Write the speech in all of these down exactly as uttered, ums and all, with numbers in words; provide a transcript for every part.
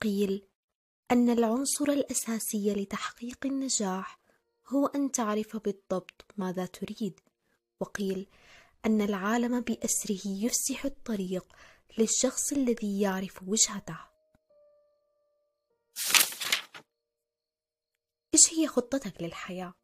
قيل أن العنصر الأساسي لتحقيق النجاح هو أن تعرف بالضبط ماذا تريد، وقيل أن العالم بأسره يفسح الطريق للشخص الذي يعرف وجهته. إيش هي خطتك للحياة؟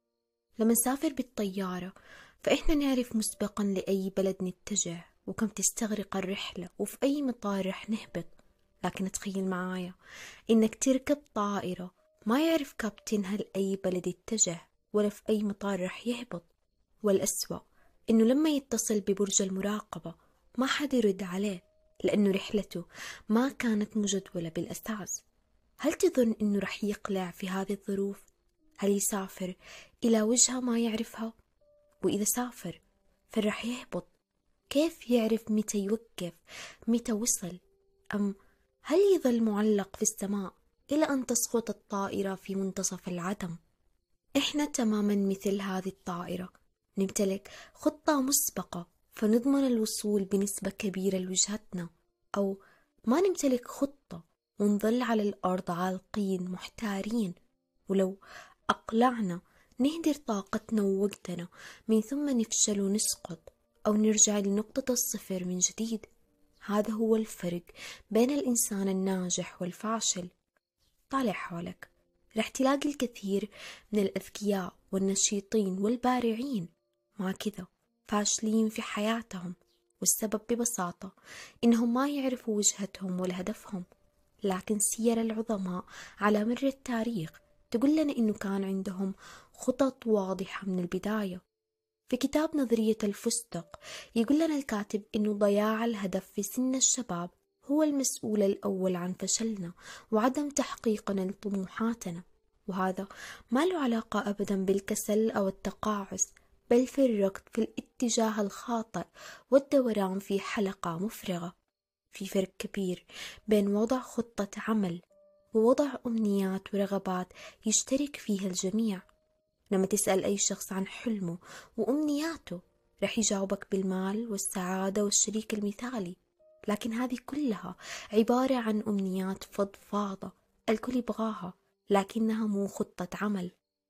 لما نسافر بالطيارة فإحنا نعرف مسبقا لأي بلد نتجه وكم تستغرق الرحلة وفي أي مطار رح نهبط. لكن تخيل معايا إنك تركب طائرة ما يعرف كابتنها لأي بلد يتجه ولا في أي مطار رح يهبط، والأسوأ إنه لما يتصل ببرج المراقبة ما حد يرد عليه لأنه رحلته ما كانت مجدولة بالأساس. هل تظن إنه رح يقلع في هذه الظروف؟ هل يسافر إلى وجهة ما يعرفها؟ وإذا سافر فرح يهبط، كيف يعرف متى يوقف متى وصل؟ أم هل يظل معلق في السماء إلى أن تسقط الطائرة في منتصف العدم؟ إحنا تماما مثل هذه الطائرة، نمتلك خطة مسبقة فنضمن الوصول بنسبة كبيرة لوجهتنا، أو ما نمتلك خطة ونظل على الأرض عالقين محتارين، ولو أقلعنا نهدر طاقتنا ووقتنا من ثم نفشل ونسقط أو نرجع لنقطة الصفر من جديد. هذا هو الفرق بين الإنسان الناجح والفاشل. طالع حولك رح تلاقي الكثير من الأذكياء والنشيطين والبارعين مع كذا فاشلين في حياتهم، والسبب ببساطة إنهم ما يعرفوا وجهتهم ولا هدفهم. لكن سير العظماء على مر التاريخ تقول لنا إنه كان عندهم خطط واضحة من البداية. في كتاب نظرية الفستق يقول لنا الكاتب إنه ضياع الهدف في سن الشباب هو المسؤول الأول عن فشلنا وعدم تحقيقنا لطموحاتنا، وهذا ما له علاقة أبدا بالكسل أو التقاعس، بل في الركض في الاتجاه الخاطئ والدوران في حلقة مفرغة. في فرق كبير بين وضع خطة عمل ووضع أمنيات ورغبات يشترك فيها الجميع. لما تسأل أي شخص عن حلمه وأمنياته رح يجاوبك بالمال والسعادة والشريك المثالي، لكن هذه كلها عبارة عن أمنيات فضفاضة الكل يبغاها، لكنها مو خطة عمل.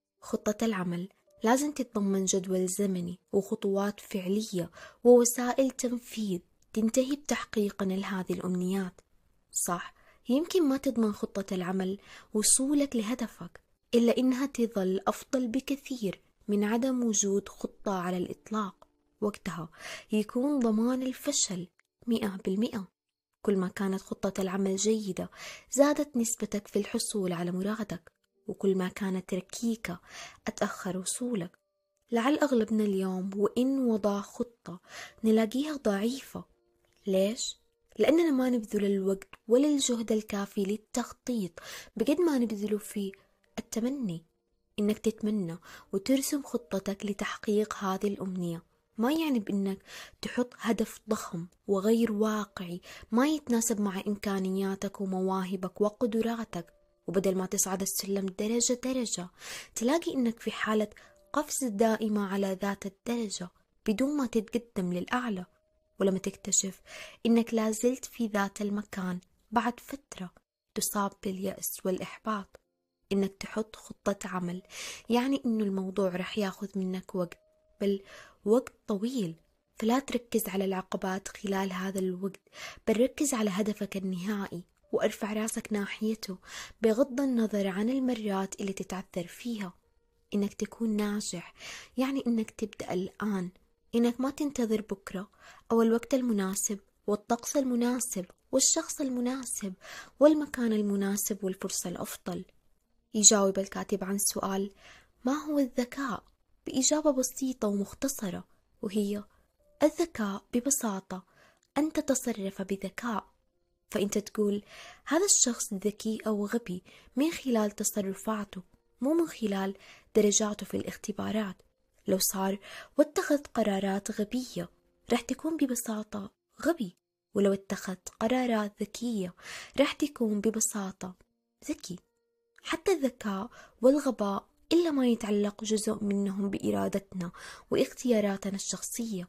خطة العمل لازم تتضمن جدول زمني وخطوات فعلية ووسائل تنفيذ تنتهي بتحقيقنا لهذه الأمنيات. صح، يمكن ما تضمن خطة العمل وصولك لهدفك، إلا إنها تظل أفضل بكثير من عدم وجود خطة على الإطلاق. وقتها يكون ضمان الفشل مئة بالمئة. كل ما كانت خطة العمل جيدة زادت نسبتك في الحصول على مرادك، وكل ما كانت ركيكة أتأخر وصولك. لعل أغلبنا اليوم وإن وضع خطة نلاقيها ضعيفة. ليش؟ لأننا ما نبذل الوقت ولا الجهد الكافي للتخطيط بقد ما نبذله في التمني. إنك تتمنى وترسم خطتك لتحقيق هذه الأمنية ما يعني بإنك تحط هدف ضخم وغير واقعي ما يتناسب مع إمكانياتك ومواهبك وقدراتك، وبدل ما تصعد السلم درجة درجة تلاقي إنك في حالة قفز دائمة على ذات الدرجة بدون ما تتقدم للأعلى. ولما تكتشف إنك لازلت في ذات المكان بعد فترة تصاب باليأس والإحباط. إنك تحط خطة عمل يعني إنه الموضوع رح ياخذ منك وقت، بل وقت طويل، فلا تركز على العقبات خلال هذا الوقت، بل ركز على هدفك النهائي وارفع راسك ناحيته بغض النظر عن المرات اللي تتعثر فيها. إنك تكون ناجح يعني إنك تبدأ الآن، إنك ما تنتظر بكرة أو الوقت المناسب والطقس المناسب والشخص المناسب والمكان المناسب والفرصة الأفضل. يجاوب الكاتب عن سؤال ما هو الذكاء بإجابة بسيطة ومختصرة، وهي الذكاء ببساطة أن تتصرف بذكاء. فأنت تقول هذا الشخص ذكي أو غبي من خلال تصرفاته مو من خلال درجاته في الاختبارات. لو صار واتخذ قرارات غبية رح تكون ببساطة غبي، ولو اتخذت قرارات ذكية رح تكون ببساطة ذكي. حتى الذكاء والغباء إلا ما يتعلق جزء منهم بإرادتنا واختياراتنا الشخصية.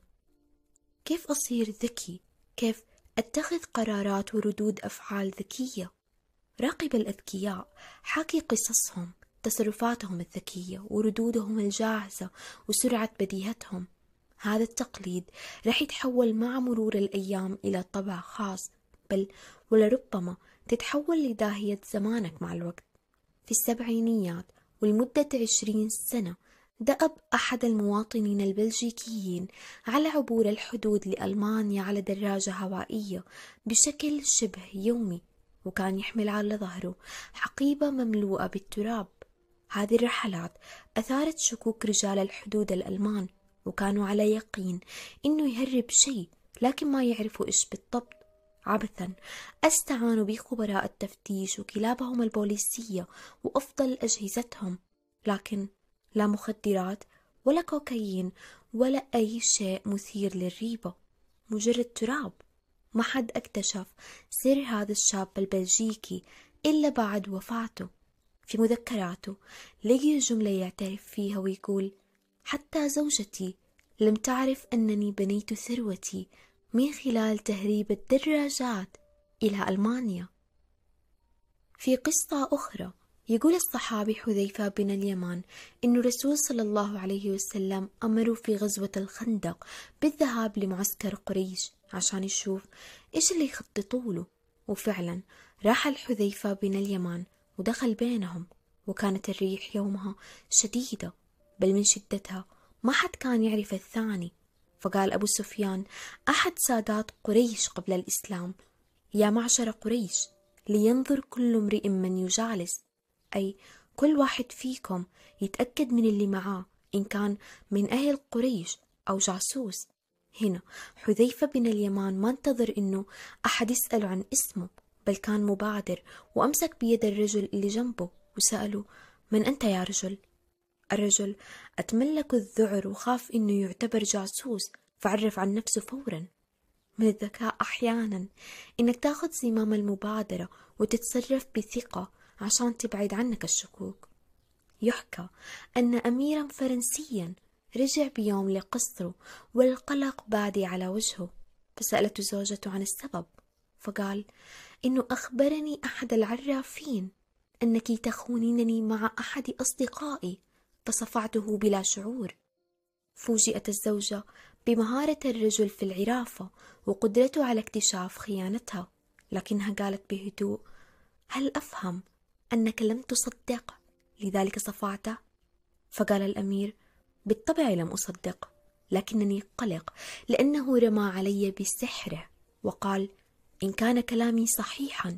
كيف أصير ذكي؟ كيف أتخذ قرارات وردود أفعال ذكية؟ راقب الأذكياء، حاكي قصصهم، تصرفاتهم الذكية وردودهم الجاهزة وسرعة بديهتهم. هذا التقليد رح يتحول مع مرور الأيام إلى طبع خاص، بل ولربما تتحول لداهية زمانك مع الوقت. في السبعينيات ولمدة عشرين سنة دأب أحد المواطنين البلجيكيين على عبور الحدود لألمانيا على دراجة هوائية بشكل شبه يومي، وكان يحمل على ظهره حقيبة مملوءة بالتراب. هذه الرحلات أثارت شكوك رجال الحدود الألمان، وكانوا على يقين إنه يهرب شيء لكن ما يعرفوا إيش بالضبط. عبثا استعانوا بخبراء التفتيش وكلابهم البوليسية وأفضل أجهزتهم، لكن لا مخدرات ولا كوكايين ولا أي شيء مثير للريبة، مجرد تراب. ما حد اكتشف سر هذا الشاب البلجيكي إلا بعد وفاته. في مذكراته لقي جملة يعترف فيها ويقول: حتى زوجتي لم تعرف أنني بنيت ثروتي من خلال تهريب الدراجات إلى ألمانيا. في قصة أخرى يقول الصحابي حذيفة بن اليمان إن الرسول صلى الله عليه وسلم أمره في غزوة الخندق بالذهاب لمعسكر قريش عشان يشوف إيش اللي يخططوا له، وفعلا راح الحذيفة بن اليمان ودخل بينهم، وكانت الريح يومها شديدة، بل من شدتها ما حد كان يعرف الثاني. فقال أبو سفيان أحد سادات قريش قبل الإسلام: يا معشر قريش، لينظر كل امرئ من يجالس، أي كل واحد فيكم يتأكد من اللي معاه إن كان من أهل قريش أو جاسوس. هنا حذيفة بن اليمان ما انتظر إنه أحد يسأله عن اسمه، بل كان مبادر وأمسك بيد الرجل اللي جنبه وسأله: من أنت يا رجل؟ الرجل أتملك الذعر وخاف إنه يعتبر جاسوس، فعرف عن نفسه فورا. من الذكاء أحيانا إنك تاخذ زمام المبادرة وتتصرف بثقة عشان تبعد عنك الشكوك. يحكى أن أميرا فرنسيا رجع بيوم لقصره والقلق بادي على وجهه، فسألته زوجته عن السبب، فقال: إنه أخبرني أحد العرافين أنك تخونينني مع أحد أصدقائي، فصفعته بلا شعور. فوجئت الزوجة بمهارة الرجل في العرافة وقدرته على اكتشاف خيانتها، لكنها قالت بهدوء: هل أفهم أنك لم تصدق لذلك صفعته؟ فقال الأمير: بالطبع لم أصدق، لكنني قلق لأنه رمى علي بسحره، وقال: إن كان كلامي صحيحا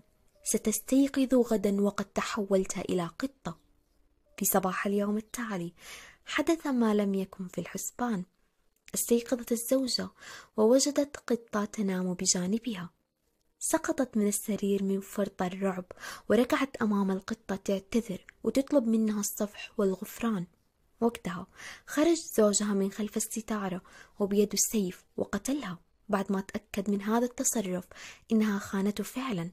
ستستيقظ غدا وقد تحولت إلى قطة. في صباح اليوم التالي حدث ما لم يكن في الحسبان. استيقظت الزوجة ووجدت قطة تنام بجانبها. سقطت من السرير من فرط الرعب وركعت أمام القطة تعتذر وتطلب منها الصفح والغفران. وقتها خرج زوجها من خلف الستارة وبيده السيف وقتلها بعد ما تأكد من هذا التصرف إنها خانته فعلا.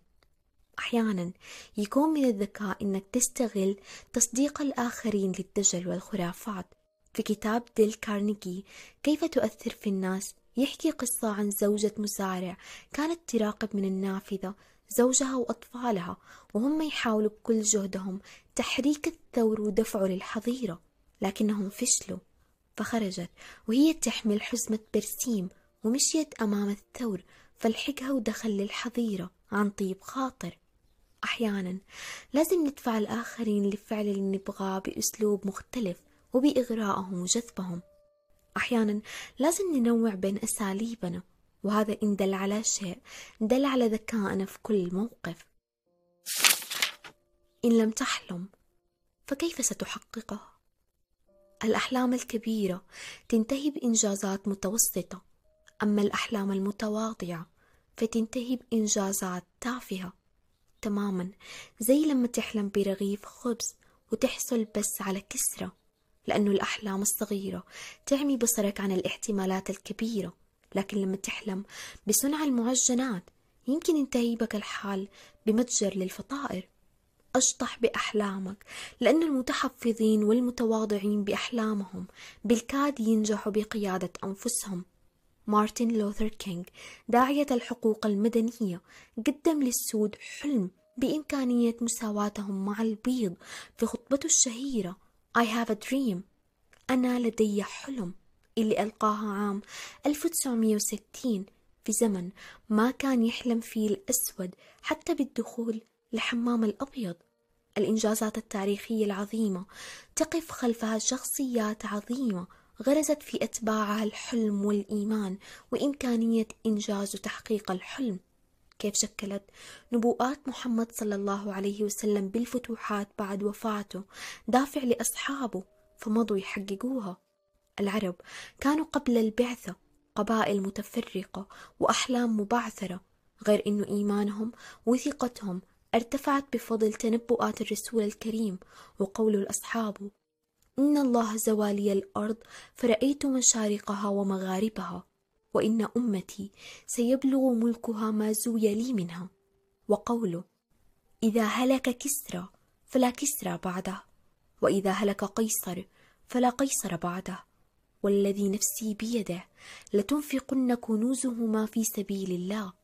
أحيانا يكون من الذكاء إنك تستغل تصديق الآخرين للدجل والخرافات. في كتاب ديل كارنيجي كيف تؤثر في الناس يحكي قصة عن زوجة مسارع كانت تراقب من النافذة زوجها وأطفالها وهم يحاولوا بكل جهدهم تحريك الثور ودفعه للحظيرة، لكنهم فشلوا، فخرجت وهي تحمل حزمة برسيم ومشيت أمام الثور فلحقها ودخل للحظيرة عن طيب خاطر. أحيانا لازم ندفع الآخرين لفعل اللي نبغاه بأسلوب مختلف وبإغراءهم وجذبهم. أحيانا لازم ننوع بين أساليبنا، وهذا إن دل على شيء دل على ذكائنا في كل موقف. إن لم تحلم فكيف ستحققه؟ الأحلام الكبيرة تنتهي بإنجازات متوسطة، أما الأحلام المتواضعة فتنتهي بإنجازات تافهة، تماما زي لما تحلم برغيف خبز وتحصل بس على كسرة، لأنه الأحلام الصغيرة تعمي بصرك عن الاحتمالات الكبيرة، لكن لما تحلم بصنع المعجنات يمكن ينتهي بك الحال بمتجر للفطائر. أشطح بأحلامك، لأن المتحفظين والمتواضعين بأحلامهم بالكاد ينجحوا بقيادة أنفسهم. مارتن لوثر كينغ داعية الحقوق المدنية قدم للسود حلم بإمكانية مساواتهم مع البيض في خطبته الشهيرة I have a dream، أنا لدي حلم، اللي ألقاها عام ألف وتسعمائة وستين في زمن ما كان يحلم فيه الأسود حتى بالدخول لحمام الأبيض. الإنجازات التاريخية العظيمة تقف خلفها شخصيات عظيمة غرزت في أتباعها الحلم والإيمان وإمكانية إنجاز وتحقيق الحلم. كيف شكلت نبوءات محمد صلى الله عليه وسلم بالفتوحات بعد وفاته دافع لأصحابه فمضوا يحققوها. العرب كانوا قبل البعثة قبائل متفرقة وأحلام مبعثرة، غير أنه إيمانهم وثقتهم ارتفعت بفضل تنبؤات الرسول الكريم وقوله لأصحابه إن الله زوى لي الأرض فرأيت مشارقها ومغاربها وإن أمتي سيبلغ ملكها ما زوي لي منها، وقوله إذا هلك كسرى فلا كسرى بعده وإذا هلك قيصر فلا قيصر بعده والذي نفسي بيده لتنفقن كنوزهما في سبيل الله.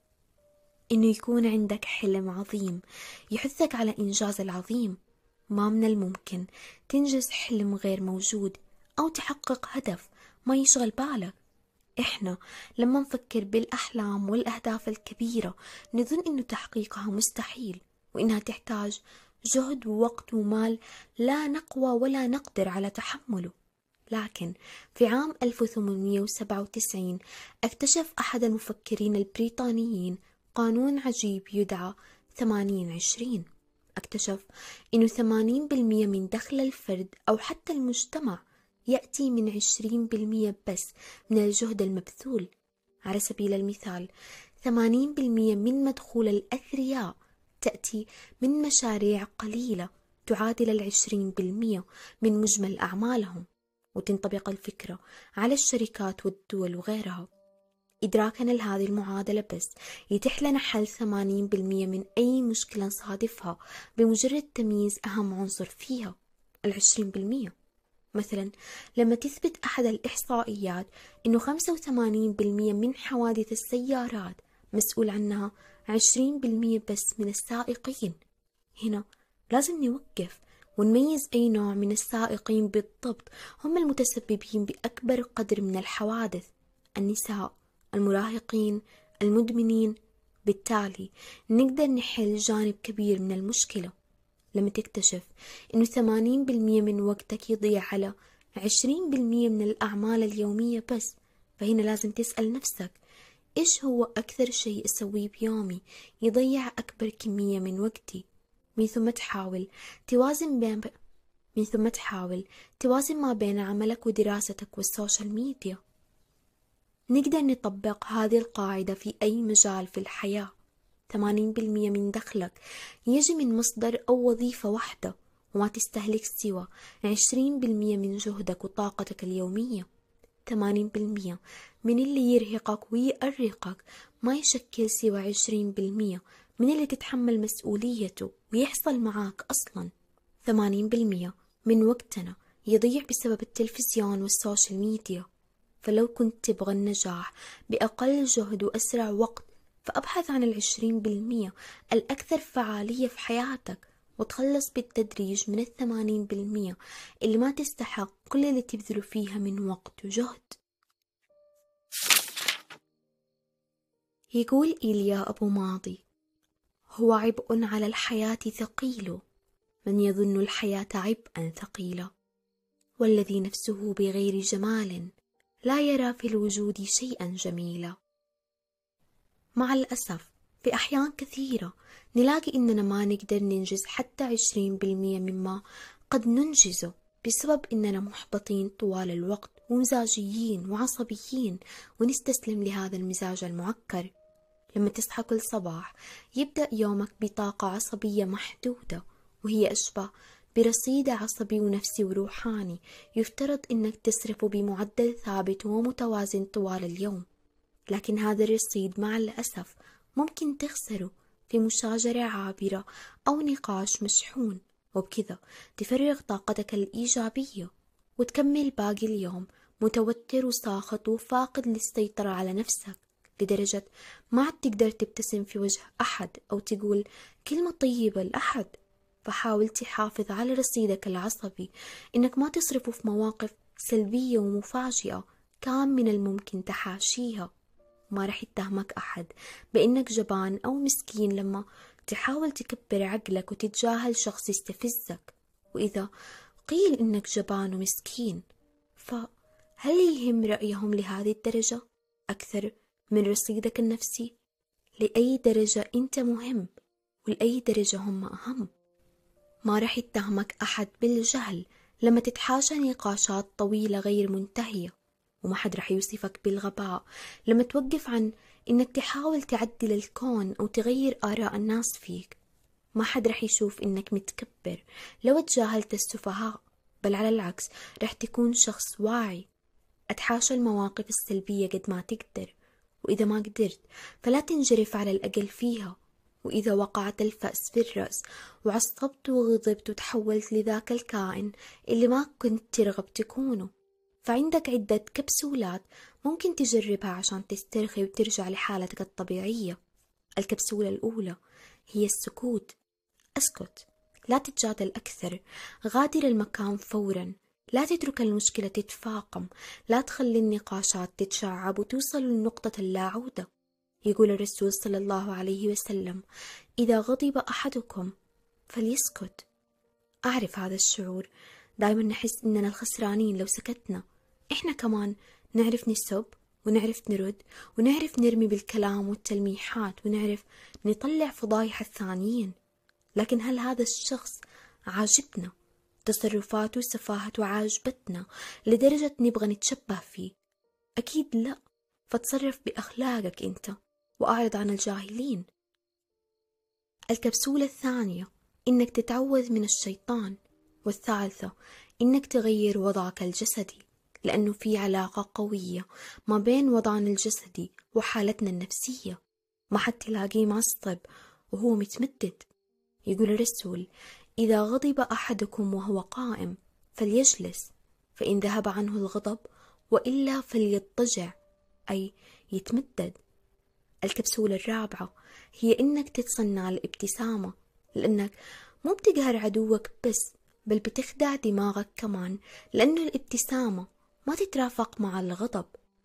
إنه يكون عندك حلم عظيم يحثك على إنجاز العظيم. ما من الممكن تنجز حلم غير موجود أو تحقق هدف ما يشغل بالك. إحنا لما نفكر بالأحلام والأهداف الكبيرة نظن إنه تحقيقها مستحيل وإنها تحتاج جهد ووقت ومال لا نقوى ولا نقدر على تحمله. لكن في عام ألف وثمانمائة وسبعة وتسعين اكتشف أحد المفكرين البريطانيين قانون عجيب يدعى ثمانين عشرين. اكتشف إنه ثمانين بالمئة من دخل الفرد أو حتى المجتمع يأتي من عشرين بالمئة بس من الجهد المبذول. على سبيل المثال ثمانين بالمئة من مدخول الأثرياء تأتي من مشاريع قليلة تعادل العشرين بالمئة من مجمل أعمالهم، وتنطبق الفكرة على الشركات والدول وغيرها. إدراكا لهذه المعادلة بس يتيح لنا حل ثمانين بالمئة من أي مشكلة نصادفها بمجرد تمييز أهم عنصر فيها، العشرين بالمئة. مثلا لما تثبت أحد الإحصائيات أنه خمسة وثمانين بالمئة من حوادث السيارات مسؤول عنها عشرين بالمئة بس من السائقين، هنا لازم نوقف ونميز أي نوع من السائقين بالضبط هم المتسببين بأكبر قدر من الحوادث، النساء، المراهقين، المدمنين. بالتالي نقدر نحل جانب كبير من المشكلة. لما تكتشف إنه ثمانين بالمئة من وقتك يضيع على عشرين بالمئة من الأعمال اليومية بس، فهنا لازم تسأل نفسك إيش هو أكثر شيء أسويه بيومي يضيع أكبر كمية من وقتي. من ثم تحاول توازن بين من ثم تحاول توازن ما بين عملك ودراستك والسوشيال ميديا. نقدر نطبق هذه القاعدة في أي مجال في الحياة. ثمانين بالمئة من دخلك يجي من مصدر أو وظيفة واحدة وما تستهلك سوى عشرين بالمئة من جهدك وطاقتك اليومية. ثمانين بالمئة من اللي يرهقك ويأرقك ما يشكل سوى عشرين بالمئة من اللي تتحمل مسؤوليته ويحصل معاك أصلا. ثمانين بالمئة من وقتنا يضيع بسبب التلفزيون والسوشيال ميديا. فلو كنت تبغى النجاح بأقل جهد وأسرع وقت فأبحث عن العشرين بالمئة الأكثر فعالية في حياتك وتخلص بالتدريج من الثمانين بالمئة اللي ما تستحق كل اللي تبذله فيها من وقت وجهد. يقول إيليا أبو ماضي: هو عبء على الحياة ثقيل من يظن الحياة عبئا ثقيلا، والذي نفسه بغير جمال لا يرى في الوجود شيئا جميلا. مع الأسف في أحيان كثيرة نلاقي إننا ما نقدر ننجز حتى عشرين بالمئة مما قد ننجزه بسبب إننا محبطين طوال الوقت ومزاجيين وعصبيين ونستسلم لهذا المزاج المعكر. لما تصحى كل صباح يبدأ يومك بطاقة عصبية محدودة، وهي أشبه برصيد عصبي ونفسي وروحاني يفترض إنك تصرفه بمعدل ثابت ومتوازن طوال اليوم. لكن هذا الرصيد مع الأسف ممكن تخسره في مشاجرة عابرة أو نقاش مشحون، وبكذا تفرغ طاقتك الإيجابية وتكمل باقي اليوم متوتر وساخط وفاقد للسيطرة على نفسك. لدرجة ما عاد تقدر تبتسم في وجه أحد أو تقول كلمة طيبة لأحد. فحاول تحافظ على رصيدك العصبي، إنك ما تصرفه في مواقف سلبية ومفاجئة كان من الممكن تحاشيها. ما رح يتهمك أحد بإنك جبان أو مسكين لما تحاول تكبر عقلك وتتجاهل شخص يستفزك. وإذا قيل إنك جبان ومسكين، فهل يهم رأيهم لهذه الدرجة أكثر من رصيدك النفسي؟ لأي درجة أنت مهم ولأي درجة هم أهم؟ ما رح يتهمك أحد بالجهل لما تتحاشى نقاشات طويلة غير منتهية، وما حد رح يوصفك بالغباء لما توقف عن إنك تحاول تعدل الكون أو تغير آراء الناس فيك. ما حد رح يشوف إنك متكبر لو تجاهلت السفهاء، بل على العكس رح تكون شخص واعي. أتحاشى المواقف السلبية قد ما تقدر، وإذا ما قدرت فلا تنجرف على الأقل فيها. وإذا وقعت الفأس في الرأس وعصبت وغضبت وتحولت لذاك الكائن اللي ما كنت ترغب تكونه، فعندك عدة كبسولات ممكن تجربها عشان تسترخي وترجع لحالتك الطبيعية. الكبسولة الأولى هي السكوت. اسكت، لا تتجادل أكثر، غادر المكان فورا، لا تترك المشكلة تتفاقم، لا تخلي النقاشات تتشعب وتوصل لنقطة اللاعودة. يقول الرسول صلى الله عليه وسلم: إذا غضب أحدكم فليسكت. أعرف هذا الشعور، دايما نحس إننا الخسرانين لو سكتنا. إحنا كمان نعرف نسب ونعرف نرد ونعرف نرمي بالكلام والتلميحات ونعرف نطلع فضايح الثانيين، لكن هل هذا الشخص عاجبنا؟ تصرفاته وسفاهته عاجبتنا لدرجة نبغى نتشبه فيه؟ أكيد لا. فتصرف بأخلاقك أنت وأعرض عن الجاهلين. الكبسولة الثانية إنك تتعوذ من الشيطان، والثالثة إنك تغير وضعك الجسدي، لأنه في علاقة قوية ما بين وضعنا الجسدي وحالتنا النفسية. ما حد تلاقيه معصب وهو متمدد. يقول الرسول: إذا غضب أحدكم وهو قائم فليجلس، فإن ذهب عنه الغضب وإلا فليضطجع، أي يتمدد. الكبسولة الرابعة هي إنك تتصنع الابتسامة، لأنك مو بتقهر عدوك بس، بل بتخدع دماغك كمان، لأنه الابتسامة ما تترافق مع الغضب،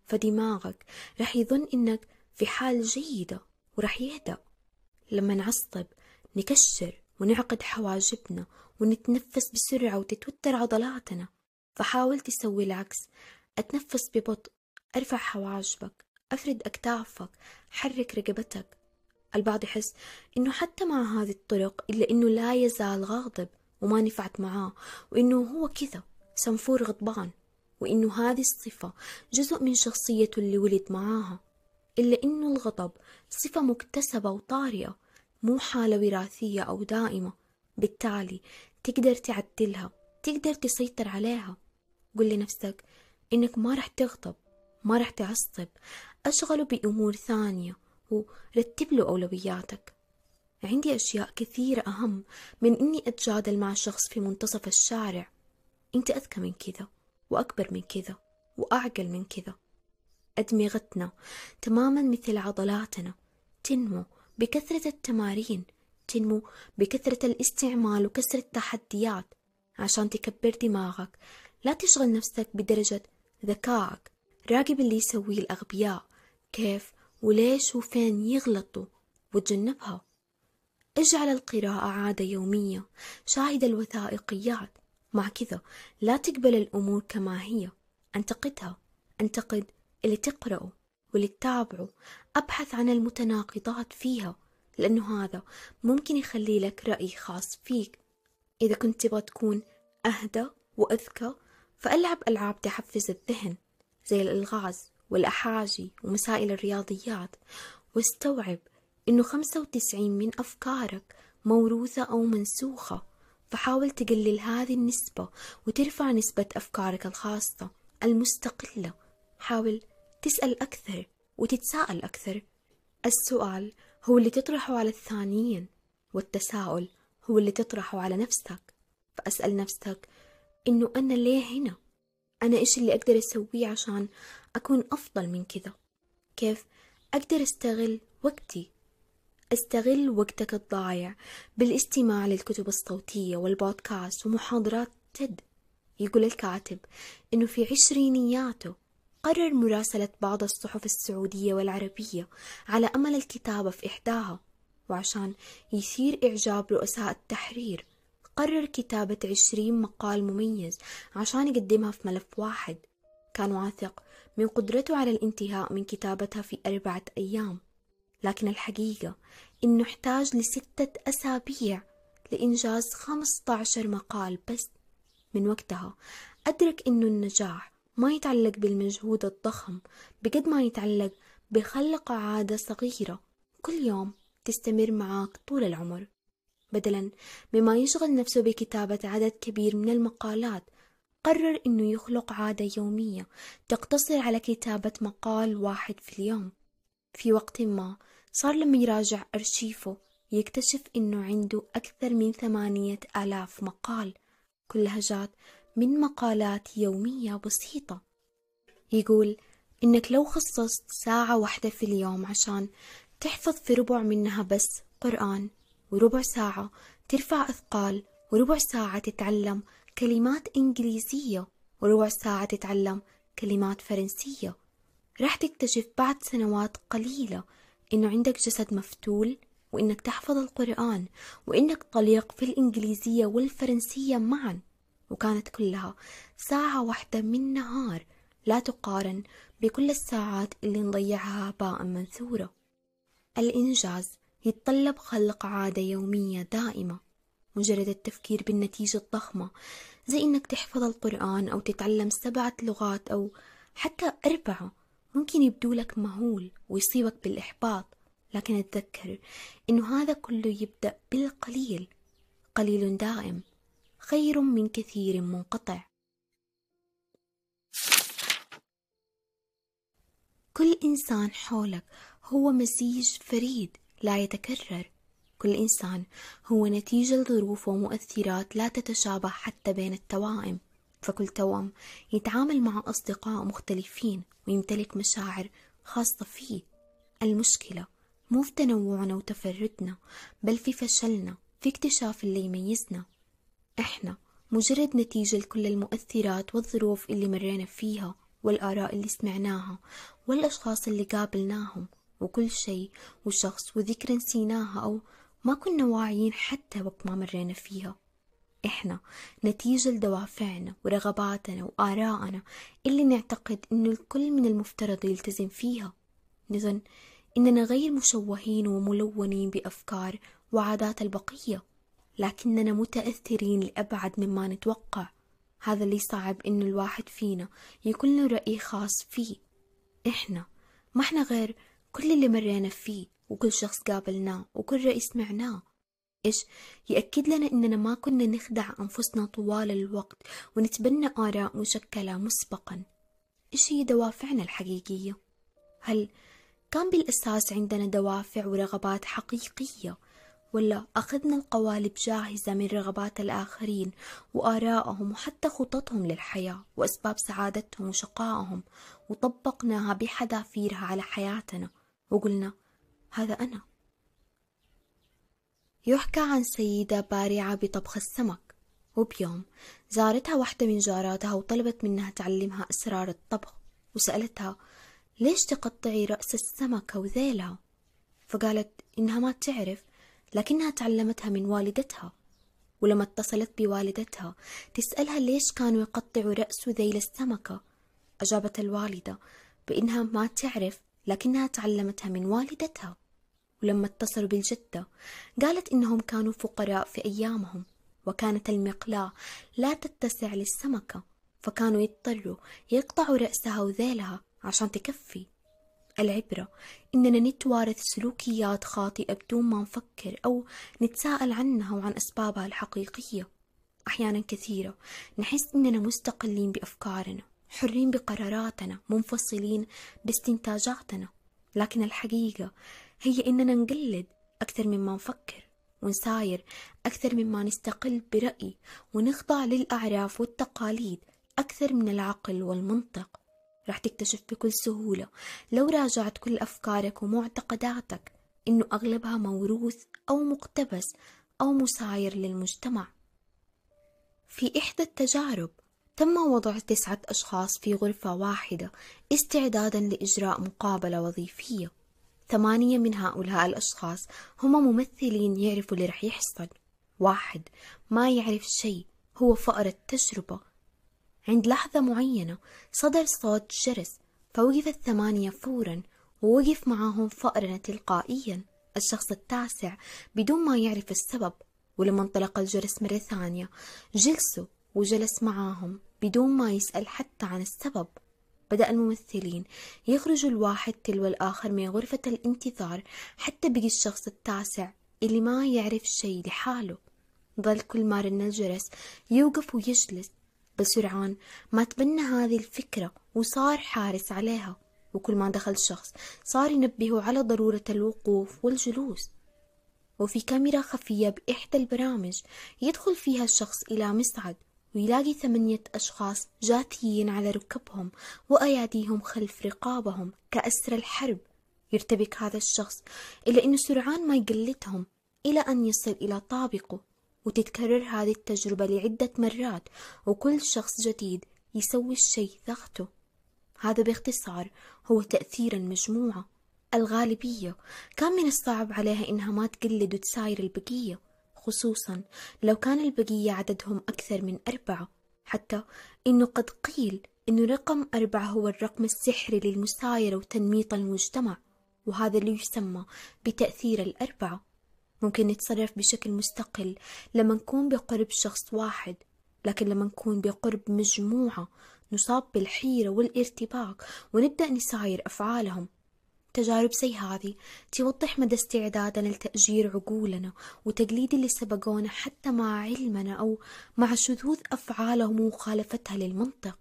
فدماغك رح يظن إنك في حال جيدة ورح يهدأ. لما نعصب نكشر ونعقد حواجبنا ونتنفس بسرعة وتتوتر عضلاتنا، فحاول تسوي العكس. أتنفس ببطء، أرفع حواجبك، أفرد أكتافك، حرك رقبتك. البعض يحس إنه حتى مع هذه الطرق إلا إنه لا يزال غاضب وما نفعت معاه، وإنه هو كذا سنفور غضبان، وإنه هذه الصفة جزء من شخصيته اللي ولد معاها. إلا إنه الغضب صفة مكتسبة وطارئة، مو حالة وراثية أو دائمة، بالتالي تقدر تعدلها، تقدر تسيطر عليها. قل لنفسك إنك ما رح تغضب، ما رح تعصب، أشغله بأمور ثانية ورتب له أولوياتك. عندي أشياء كثيرة أهم من إني أتجادل مع شخص في منتصف الشارع. أنت أذكى من كذا وأكبر من كذا وأعقل من كذا. أدمغتنا تماما مثل عضلاتنا، تنمو بكثرة التمارين، تنمو بكثرة الاستعمال وكسر التحديات. عشان تكبر دماغك لا تشغل نفسك بدرجة ذكائك، راقب اللي يسويه الأغبياء، كيف وليش وفين يغلطوا وتجنبها. اجعل القراءة عادة يومية، شاهد الوثائقيات. مع كذا لا تقبل الأمور كما هي، انتقدها، انتقد اللي تقرأه واللي تتابعه، أبحث عن المتناقضات فيها، لأنه هذا ممكن يخلي لك رأي خاص فيك. إذا كنت تبغى تكون أهدى وأذكى، فألعب ألعاب تحفز الذهن زي الألغاز والأحاجي ومسائل الرياضيات، واستوعب إنه خمسة وتسعين من أفكارك موروثة أو منسوخة. فحاول تقلل هذه النسبة وترفع نسبة أفكارك الخاصة المستقلة. حاول تسأل أكثر وتتساءل أكثر. السؤال هو اللي تطرحه على الثانيين، والتساؤل هو اللي تطرحه على نفسك. فأسأل نفسك إنه أنا ليه هنا؟ أنا إيش اللي أقدر أسويه عشان أكون أفضل من كذا؟ كيف أقدر أستغل وقتي. أستغل وقتك الضايع بالاستماع للكتب الصوتية والبودكاست ومحاضرات تيد. يقول الكاتب إنه في عشرينياته قرر مراسلة بعض الصحف السعودية والعربية على أمل الكتابة في إحداها، وعشان يثير إعجاب رؤساء التحرير قرر كتابة عشرين مقال مميز عشان يقدمها في ملف واحد. كان واثق من قدرته على الانتهاء من كتابتها في أربعة أيام، لكن الحقيقة إنه احتاج لستة أسابيع لإنجاز خمسة عشر مقال بس. من وقتها أدرك إنه النجاح ما يتعلق بالمجهود الضخم بقد ما يتعلق بخلق عادة صغيرة كل يوم تستمر معاك طول العمر. بدلا مما يشغل نفسه بكتابة عدد كبير من المقالات، قرر إنه يخلق عادة يومية تقتصر على كتابة مقال واحد في اليوم. في وقت ما صار لما يراجع أرشيفه يكتشف إنه عنده أكثر من ثمانية آلاف مقال، كلها جات من مقالات يومية بسيطة. يقول إنك لو خصصت ساعة واحدة في اليوم عشان تحفظ في ربع منها بس قرآن، وربع ساعة ترفع أثقال، وربع ساعة تتعلم كلمات إنجليزية، وربع ساعة تتعلم كلمات فرنسية، راح تكتشف بعد سنوات قليلة إنه عندك جسد مفتول، وإنك تحفظ القرآن، وإنك طليق في الإنجليزية والفرنسية معا، وكانت كلها ساعة واحدة من نهار لا تقارن بكل الساعات اللي نضيعها هباء منثورة. الإنجاز يتطلب خلق عادة يومية دائمة. مجرد التفكير بالنتيجة الضخمة زي إنك تحفظ القرآن أو تتعلم سبعة لغات أو حتى أربعة ممكن يبدو لك مهول ويصيبك بالإحباط، لكن اتذكر إنه هذا كله يبدأ بالقليل. قليل دائم خير من كثير منقطع. كل إنسان حولك هو مزيج فريد لا يتكرر. كل إنسان هو نتيجة لظروف ومؤثرات لا تتشابه حتى بين التوائم، فكل توأم يتعامل مع أصدقاء مختلفين ويمتلك مشاعر خاصة فيه. المشكلة مو في تنوعنا وتفردنا، بل في فشلنا في اكتشاف اللي يميزنا. إحنا مجرد نتيجة لكل المؤثرات والظروف اللي مرينا فيها، والآراء اللي سمعناها، والأشخاص اللي قابلناهم، وكل شيء وشخص وذكرى نسيناها أو ما كنا واعيين حتى وقت ما مرينا فيها. إحنا نتيجة لدوافعنا ورغباتنا وآراءنا اللي نعتقد إنه الكل من المفترض يلتزم فيها. نظن إننا غير مشوهين وملونين بأفكار وعادات البقية، لكننا متأثرين لأبعد مما نتوقع. هذا اللي صعب إنه الواحد فينا يكون له رأي خاص فيه. إحنا ما إحنا غير كل اللي مرينا فيه، وكل شخص قابلناه، وكل رأي سمعناه. إيش يأكد لنا إننا ما كنا نخدع أنفسنا طوال الوقت ونتبنى آراء مشكلة مسبقا. إيش هي دوافعنا الحقيقية؟ هل كان بالأساس عندنا دوافع ورغبات حقيقية، ولا أخذنا القوالب جاهزة من رغبات الآخرين وآرائهم وحتى خططهم للحياة وأسباب سعادتهم وشقائهم، وطبقناها بحذافيرها على حياتنا وقلنا هذا أنا؟ يحكى عن سيدة بارعة بطبخ السمك، وبيوم زارتها واحدة من جاراتها وطلبت منها تعلمها أسرار الطبخ، وسألتها ليش تقطعي رأس السمكة وذيلها؟ فقالت إنها ما تعرف، لكنها تعلمتها من والدتها. ولما اتصلت بوالدتها تسألها ليش كانوا يقطعوا رأس وذيل السمكة، أجابت الوالدة بإنها ما تعرف لكنها تعلمتها من والدتها. ولما اتصلوا بالجدة قالت إنهم كانوا فقراء في أيامهم، وكانت المقلاة لا تتسع للسمكة، فكانوا يضطروا يقطعوا رأسها وذيلها عشان تكفي. العبرة إننا نتوارث سلوكيات خاطئة بدون ما نفكر أو نتساءل عنها وعن أسبابها الحقيقية. أحيانا كثيرة نحس إننا مستقلين بأفكارنا، حرين بقراراتنا، منفصلين باستنتاجاتنا، لكن الحقيقة هي إننا نقلد أكثر مما نفكر، ونساير أكثر مما نستقل برأي، ونخضع للأعراف والتقاليد أكثر من العقل والمنطق. رح تكتشف بكل سهولة لو راجعت كل أفكارك ومعتقداتك إنه أغلبها موروث أو مقتبس أو مساير للمجتمع. في إحدى التجارب تم وضع تسعة أشخاص في غرفة واحدة استعدادا لإجراء مقابلة وظيفية. ثمانية من هؤلاء الأشخاص هم ممثلين يعرفوا اللي رح يحصل. واحد ما يعرف شيء، هو فأر التجربة. عند لحظة معينة صدر صوت جرس، فوقف الثمانية فورا ووقف معهم فأرنا تلقائيا. الشخص التاسع بدون ما يعرف السبب، ولما انطلق الجرس مرة ثانية جلسوا وجلس معاهم بدون ما يسأل حتى عن السبب. بدأ الممثلين يخرجوا الواحد تلو الآخر من غرفة الانتظار حتى بقي الشخص التاسع اللي ما يعرف شيء لحاله. ظل كل ما رن الجرس يوقف ويجلس، بل سرعان ما تبنى هذه الفكرة وصار حارس عليها، وكل ما دخل شخص صار ينبهه على ضرورة الوقوف والجلوس. وفي كاميرا خفية بإحدى البرامج يدخل فيها الشخص إلى مصعد ويلاقي ثمانية أشخاص جاثيين على ركبهم وأياديهم خلف رقابهم كأسر الحرب. يرتبك هذا الشخص إلا أنه سرعان ما يقلدهم إلى أن يصل إلى طابقه، وتتكرر هذه التجربة لعدة مرات، وكل شخص جديد يسوي الشيء ذاته. هذا باختصار هو تأثير المجموعة. الغالبية كان من الصعب عليها إنها ما تقلد وتساير البقية، خصوصا لو كان البقية عددهم أكثر من أربعة، حتى إنه قد قيل إنه رقم أربعة هو الرقم السحري للمسايرة وتنميط المجتمع، وهذا اللي يسمى بتأثير الأربعة. ممكن نتصرف بشكل مستقل لما نكون بقرب شخص واحد، لكن لما نكون بقرب مجموعة نصاب بالحيرة والارتباك ونبدأ نساير أفعالهم. تجارب زي هذه توضح مدى استعدادنا لتأجير عقولنا وتقليد اللي سبقونا حتى مع علمنا أو مع شذوذ أفعالهم ومخالفتها للمنطق.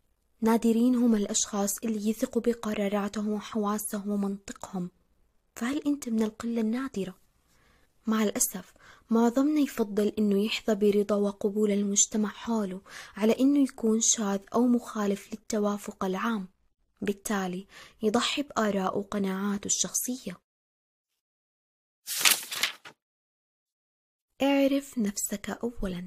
نادرين هم الأشخاص اللي يثقوا بقراراتهم وحواسهم ومنطقهم، فهل أنت من القلة النادرة؟ مع الأسف معظمنا يفضل إنه يحظى برضا وقبول المجتمع حوله على إنه يكون شاذ أو مخالف للتوافق العام، بالتالي يضحي بآراء وقناعاته الشخصية. اعرف نفسك أولا.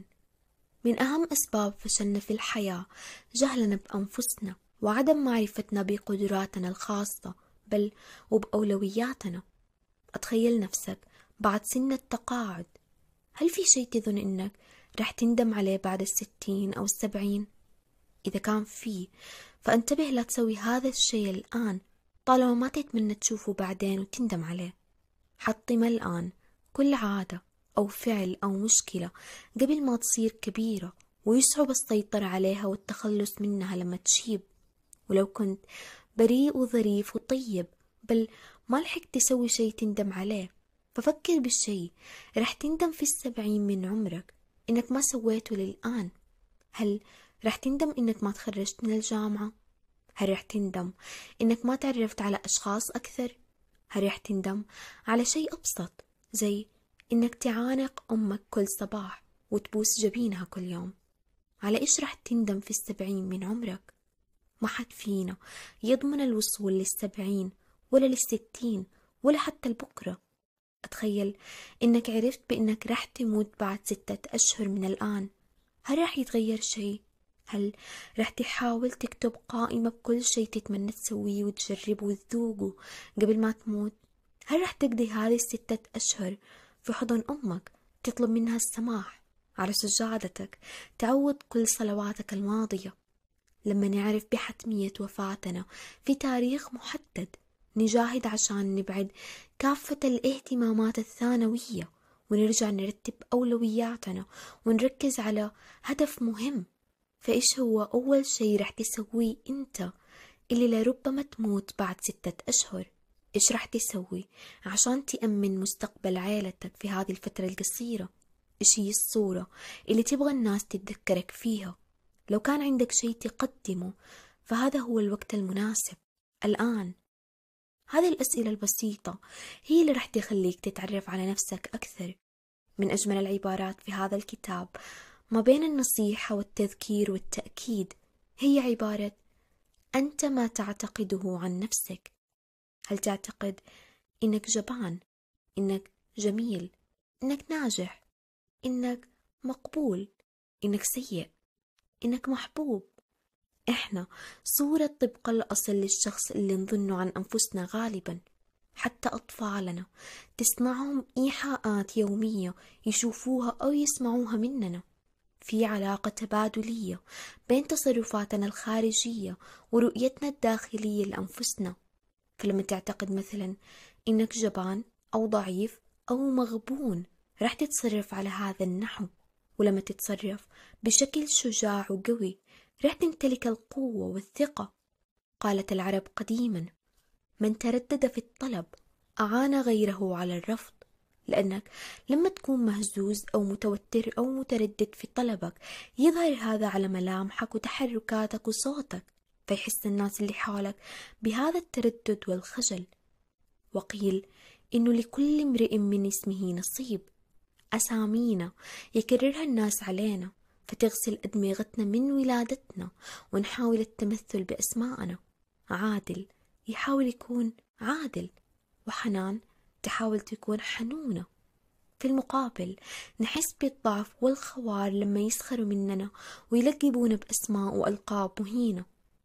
من أهم أسباب فشلنا في الحياة جهلنا بأنفسنا وعدم معرفتنا بقدراتنا الخاصة بل وبأولوياتنا. أتخيل نفسك بعد سن التقاعد، هل في شيء تظن إنك رح تندم عليه بعد الستين أو السبعين؟ إذا كان فيه فانتبه لا تسوي هذا الشيء الآن طالما ما تتمنى تشوفه بعدين وتندم عليه. حطم الآن كل عادة أو فعل أو مشكلة قبل ما تصير كبيرة ويصعب السيطرة عليها والتخلص منها لما تشيب. ولو كنت بريء وظريف وطيب بل ما لحقت تسوي شيء تندم عليه، ففكر بالشيء رح تندم في السبعين من عمرك إنك ما سويته للآن. هل رح تندم إنك ما تخرجت من الجامعة؟ هل رح تندم إنك ما تعرفت على أشخاص أكثر؟ هل رح تندم على شيء أبسط زي إنك تعانق أمك كل صباح وتبوس جبينها كل يوم؟ على إيش رح تندم في السبعين من عمرك؟ ما حد فينا يضمن الوصول للسبعين ولا للستين ولا حتى لبكرة. أتخيل إنك عرفت بإنك رح تموت بعد ستة أشهر من الآن، هل رح يتغير شيء؟ هل رح تحاول تكتب قائمة بكل شيء تتمنى تسويه وتجربه وتذوقه قبل ما تموت؟ هل رح تقضي هذه الستة أشهر في حضن أمك تطلب منها السماح على سجادتك تعوض كل صلواتك الماضية؟ لما نعرف بحتمية وفاتنا في تاريخ محدد نجاهد عشان نبعد كافة الاهتمامات الثانوية ونرجع نرتب أولوياتنا ونركز على هدف مهم. فإيش هو أول شيء رح تسويه أنت اللي لربما تموت بعد ستة أشهر؟ إيش رح تسوي عشان تأمن مستقبل عائلتك في هذه الفترة القصيرة؟ إيش هي الصورة اللي تبغى الناس تتذكرك فيها؟ لو كان عندك شيء تقدمه فهذا هو الوقت المناسب الآن. هذه الأسئلة البسيطة هي اللي رح تخليك تتعرف على نفسك أكثر. من أجمل العبارات في هذا الكتاب ما بين النصيحة والتذكير والتأكيد هي عبارة أنت ما تعتقده عن نفسك. هل تعتقد إنك جبان، إنك جميل، إنك ناجح، إنك مقبول، إنك سيء، إنك محبوب؟ إحنا صورة طبق الأصل للشخص اللي نظنه عن أنفسنا غالبا. حتى أطفالنا تسمعهم إيحاءات يومية يشوفوها أو يسمعوها مننا. في علاقة تبادلية بين تصرفاتنا الخارجية ورؤيتنا الداخلية لأنفسنا. فلما تعتقد مثلا إنك جبان أو ضعيف أو مغبون، رح تتصرف على هذا النحو. ولما تتصرف بشكل شجاع وقوي، رح تمتلك القوة والثقة. قالت العرب قديما: من تردد في الطلب أعان غيره على الرفض. لأنك لما تكون مهزوز أو متوتر أو متردد في طلبك، يظهر هذا على ملامحك وتحركاتك وصوتك، فيحس الناس اللي حولك بهذا التردد والخجل. وقيل إنه لكل امرئ من اسمه نصيب. أسامينا يكررها الناس علينا، فتغسل أدمغتنا من ولادتنا، ونحاول التمثل بأسماءنا. عادل يحاول يكون عادل، وحنان تحاول تكون حنونة. في المقابل نحس بالضعف والخوار لما يسخروا مننا ويلقبونا بأسماء وألقاب مهينة،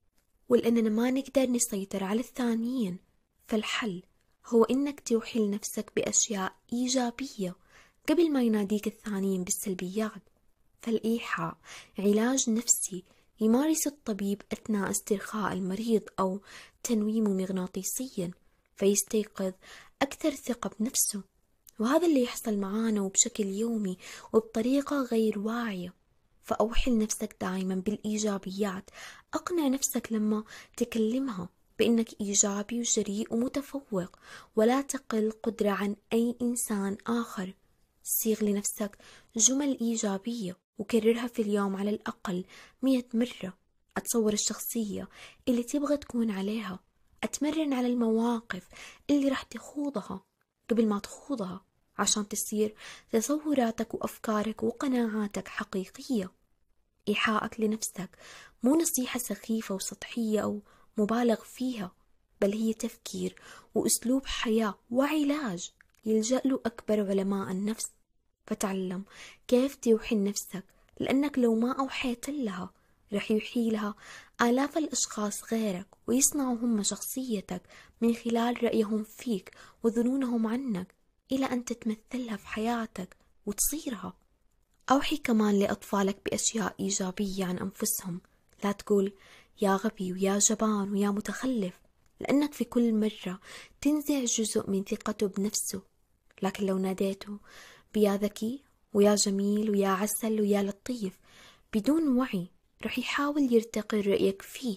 ولأننا ما نقدر نسيطر على الثانيين. فالحل هو إنك توحي لنفسك بأشياء إيجابية قبل ما يناديك الثانيين بالسلبيات. فالإيحاء علاج نفسي يمارس الطبيب أثناء استرخاء المريض أو تنويمه مغناطيسيا، فيستيقظ أكثر ثقة بنفسه. وهذا اللي يحصل معانا وبشكل يومي وبطريقة غير واعية. فأوحي لنفسك دائما بالإيجابيات. أقنع نفسك لما تكلمها بأنك إيجابي وجريء ومتفوق، ولا تقل قدرة عن أي إنسان آخر. صيغ لنفسك جمل إيجابية وكررها في اليوم على الأقل مئة مرة. أتصور الشخصية اللي تبغى تكون عليها. أتمرن على المواقف اللي راح تخوضها قبل ما تخوضها، عشان تصير تصوراتك وأفكارك وقناعاتك حقيقية. إيحاءك لنفسك مو نصيحة سخيفة وسطحية أو مبالغ فيها، بل هي تفكير وأسلوب حياة وعلاج يلجأ له أكبر علماء النفس. فتعلم كيف توحي لنفسك، لأنك لو ما أوحيت لها رح يوحي لها آلاف الأشخاص غيرك، ويصنعوا هم شخصيتك من خلال رأيهم فيك وظنونهم عنك، إلى أن تتمثلها في حياتك وتصيرها. أوحي كمان لأطفالك بأشياء إيجابية عن أنفسهم. لا تقول يا غبي ويا جبان ويا متخلف، لأنك في كل مرة تنزع جزء من ثقته بنفسه. لكن لو ناديته بيا ذكي ويا جميل ويا عسل ويا لطيف بدون وعي، رح يحاول يرتقي رأيك فيه.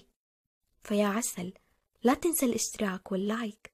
فيا عسل، لا تنسى الاشتراك واللايك.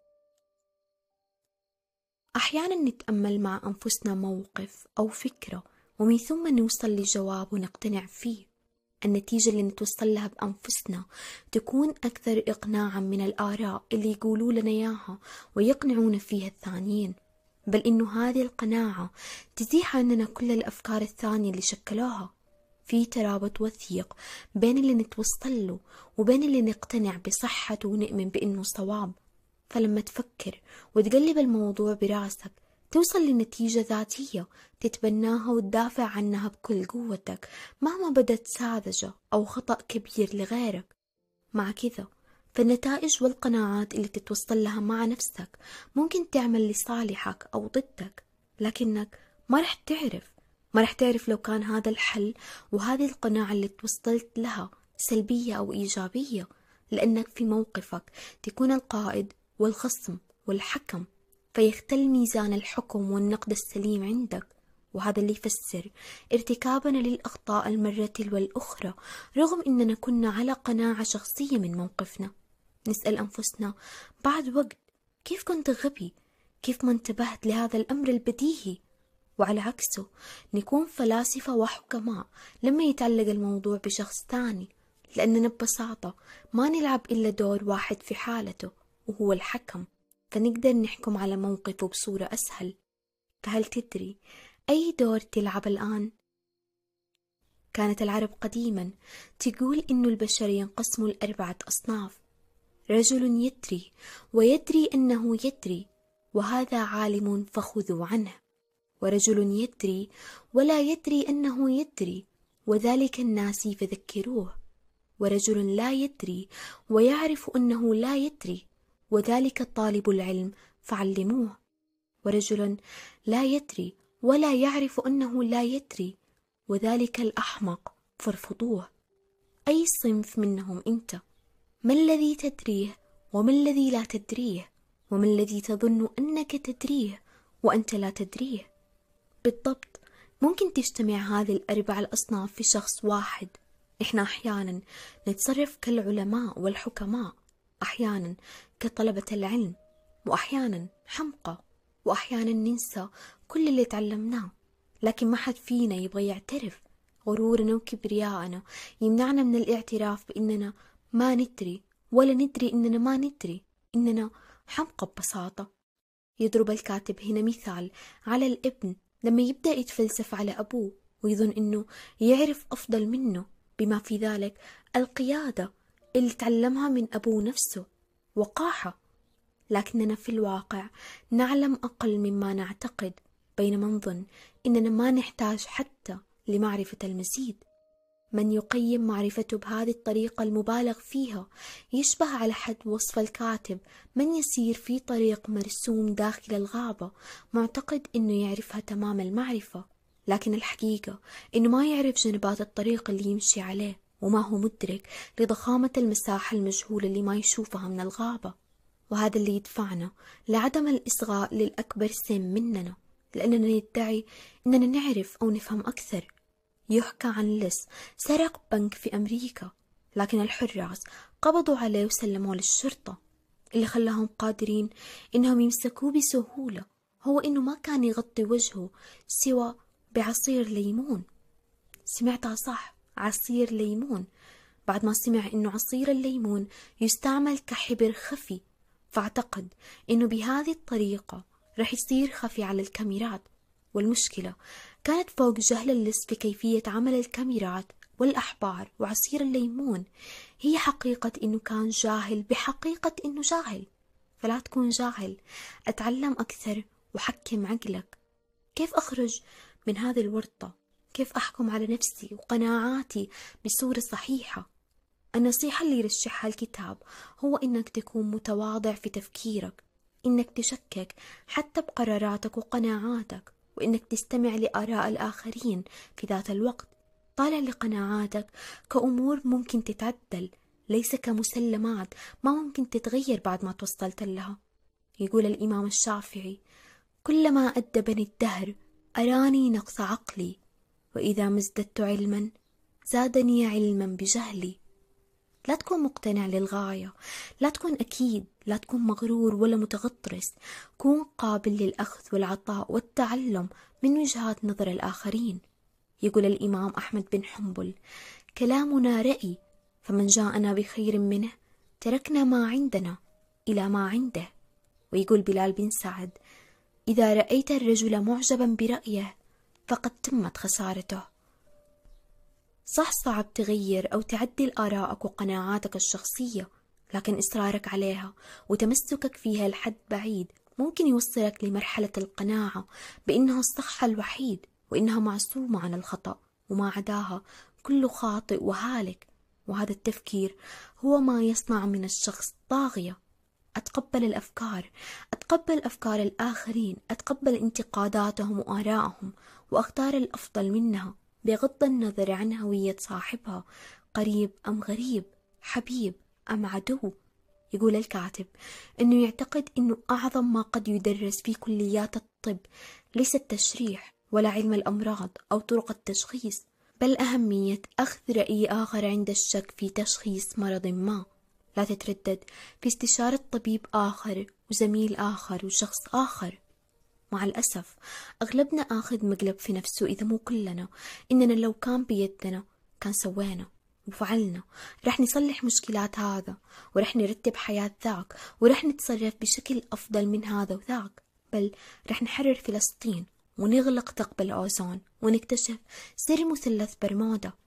أحيانا نتأمل مع أنفسنا موقف أو فكرة، ومن ثم نوصل لجواب ونقتنع فيه. النتيجة اللي نتوصل لها بأنفسنا تكون أكثر إقناعا من الآراء اللي يقولوا لنا إياها ويقنعون فيها الثانيين. بل إنه هذه القناعة تزيح عننا كل الأفكار الثانية اللي شكلوها. في ترابط وثيق بين اللي نتوصل له وبين اللي نقتنع بصحته ونؤمن بأنه صواب. فلما تفكر وتقلب الموضوع براسك، توصل لنتيجة ذاتية تتبناها وتدافع عنها بكل قوتك، مهما بدت ساذجة أو خطأ كبير لغيرك. مع كذا فالنتائج والقناعات اللي تتوصل لها مع نفسك ممكن تعمل لصالحك أو ضدك، لكنك ما رح تعرف ما رح تعرف لو كان هذا الحل وهذه القناعة اللي توصلت لها سلبية أو إيجابية، لأنك في موقفك تكون القائد والخصم والحكم، فيختل ميزان الحكم والنقد السليم عندك. وهذا اللي يفسر ارتكابنا للأخطاء المرة تلو الأخرى، رغم أننا كنا على قناعة شخصية من موقفنا. نسأل أنفسنا بعد وقت: كيف كنت غبي؟ كيف ما انتبهت لهذا الأمر البديهي؟ وعلى عكسه نكون فلاسفة وحكماء لما يتعلق الموضوع بشخص ثاني، لأننا ببساطة ما نلعب إلا دور واحد في حالته، وهو الحكم، فنقدر نحكم على موقفه بصورة أسهل. فهل تدري أي دور تلعب الآن؟ كانت العرب قديما تقول إنه البشر ينقسموا لأربعة أصناف: رجل يدري ويدري أنه يدري وهذا عالم فخذوا عنه، ورجل يدري ولا يدري أنه يدري وذلك الناس فذكروه، ورجل لا يدري ويعرف أنه لا يدري وذلك طالب العلم فعلموه، ورجل لا يدري ولا يعرف أنه لا يدري وذلك الأحمق فارفضوه. أي صنف منهم أنت؟ ما الذي تدريه وما الذي لا تدريه؟ وما الذي تظن أنك تدريه وأنت لا تدريه؟ بالضبط، ممكن تجتمع هذه الأربع الأصناف في شخص واحد. إحنا أحيانا نتصرف كالعلماء والحكماء، أحيانا كطلبة العلم، وأحيانا حمقى، وأحيانا ننسى كل اللي تعلمناه، لكن ما حد فينا يبغى يعترف. غرورنا وكبرياءنا يمنعنا من الاعتراف بأننا ما ندري، ولا ندري إننا ما ندري، إننا حمقى ببساطة. يضرب الكاتب هنا مثال على الابن لما يبدأ يتفلسف على أبوه ويظن إنه يعرف أفضل منه، بما في ذلك القيادة اللي تعلمها من أبوه نفسه، وقاحة. لكننا في الواقع نعلم أقل مما نعتقد، بينما نظن إننا ما نحتاج حتى لمعرفة المزيد. من يقيم معرفته بهذه الطريقة المبالغ فيها يشبه على حد وصف الكاتب من يسير في طريق مرسوم داخل الغابة معتقد إنه يعرفها تمام المعرفة، لكن الحقيقة إنه ما يعرف جنبات الطريق اللي يمشي عليه، وما هو مدرك لضخامة المساحة المجهولة اللي ما يشوفها من الغابة. وهذا اللي يدفعنا لعدم الإصغاء للأكبر سن مننا، لأننا ندعي إننا نعرف أو نفهم أكثر. يحكى عن لص سرق بنك في أمريكا، لكن الحراس قبضوا عليه وسلموه للشرطة. اللي خلاهم قادرين إنهم يمسكوه بسهولة هو إنه ما كان يغطي وجهه سوى بعصير ليمون. سمعتها صح، عصير ليمون. بعد ما سمع إنه عصير الليمون يستعمل كحبر خفي، فاعتقد إنه بهذه الطريقة رح يصير خفي على الكاميرات. والمشكلة كانت فوق جهل اللص في كيفية عمل الكاميرات والأحبار وعصير الليمون، هي حقيقة إنه كان جاهل بحقيقة إنه جاهل. فلا تكون جاهل، أتعلم أكثر وحكم عقلك. كيف أخرج من هذه الورطة؟ كيف أحكم على نفسي وقناعاتي بصورة صحيحة؟ النصيحة اللي يرشحها الكتاب هو إنك تكون متواضع في تفكيرك، إنك تشكك حتى بقراراتك وقناعاتك، وإنك تستمع لآراء الآخرين في ذات الوقت. طالع لقناعاتك كأمور ممكن تتعدل، ليس كمسلمات ما ممكن تتغير بعد ما توصلت لها. يقول الإمام الشافعي: كلما أدبني الدهر أراني نقص عقلي، وإذا ما ازددت علما زادني علما بجهلي. لا تكون مقتنع للغاية، لا تكون أكيد، لا تكون مغرور ولا متغطرس. كون قابل للأخذ والعطاء والتعلم من وجهات نظر الآخرين. يقول الإمام أحمد بن حنبل: كلامنا رأي، فمن جاءنا بخير منه تركنا ما عندنا إلى ما عنده. ويقول بلال بن سعد: إذا رأيت الرجل معجبا برأيه فقد تمت خسارته. صح، صعب تغير أو تعدل آراءك وقناعاتك الشخصية، لكن إصرارك عليها وتمسكك فيها لحد بعيد ممكن يوصلك لمرحلة القناعة بأنها الصح الوحيد، وإنها معصومة عن الخطأ، وما عداها كله خاطئ وهالك. وهذا التفكير هو ما يصنع من الشخص طاغية. أتقبل الأفكار، أتقبل أفكار الآخرين، أتقبل انتقاداتهم وآرائهم، وأختار الأفضل منها بغض النظر عن هوية صاحبها، قريب أم غريب، حبيب أم عدو. يقول الكاتب أنه يعتقد أنه أعظم ما قد يدرس في كليات الطب ليس التشريح ولا علم الأمراض أو طرق التشخيص، بل أهمية أخذ رأي آخر عند الشك في تشخيص مرض ما. لا تتردد في استشارة طبيب آخر وزميل آخر وشخص آخر. مع الأسف أغلبنا آخذ مقلب في نفسه، إذا مو كلنا، إننا لو كان بيدنا كان سوينا وفعلنا. رح نصلح مشكلات هذا، ورح نرتب حياة ذاك، ورح نتصرف بشكل أفضل من هذا وذاك. بل رح نحرر فلسطين ونغلق ثقب الأوزون ونكتشف سر مثلث برمودا.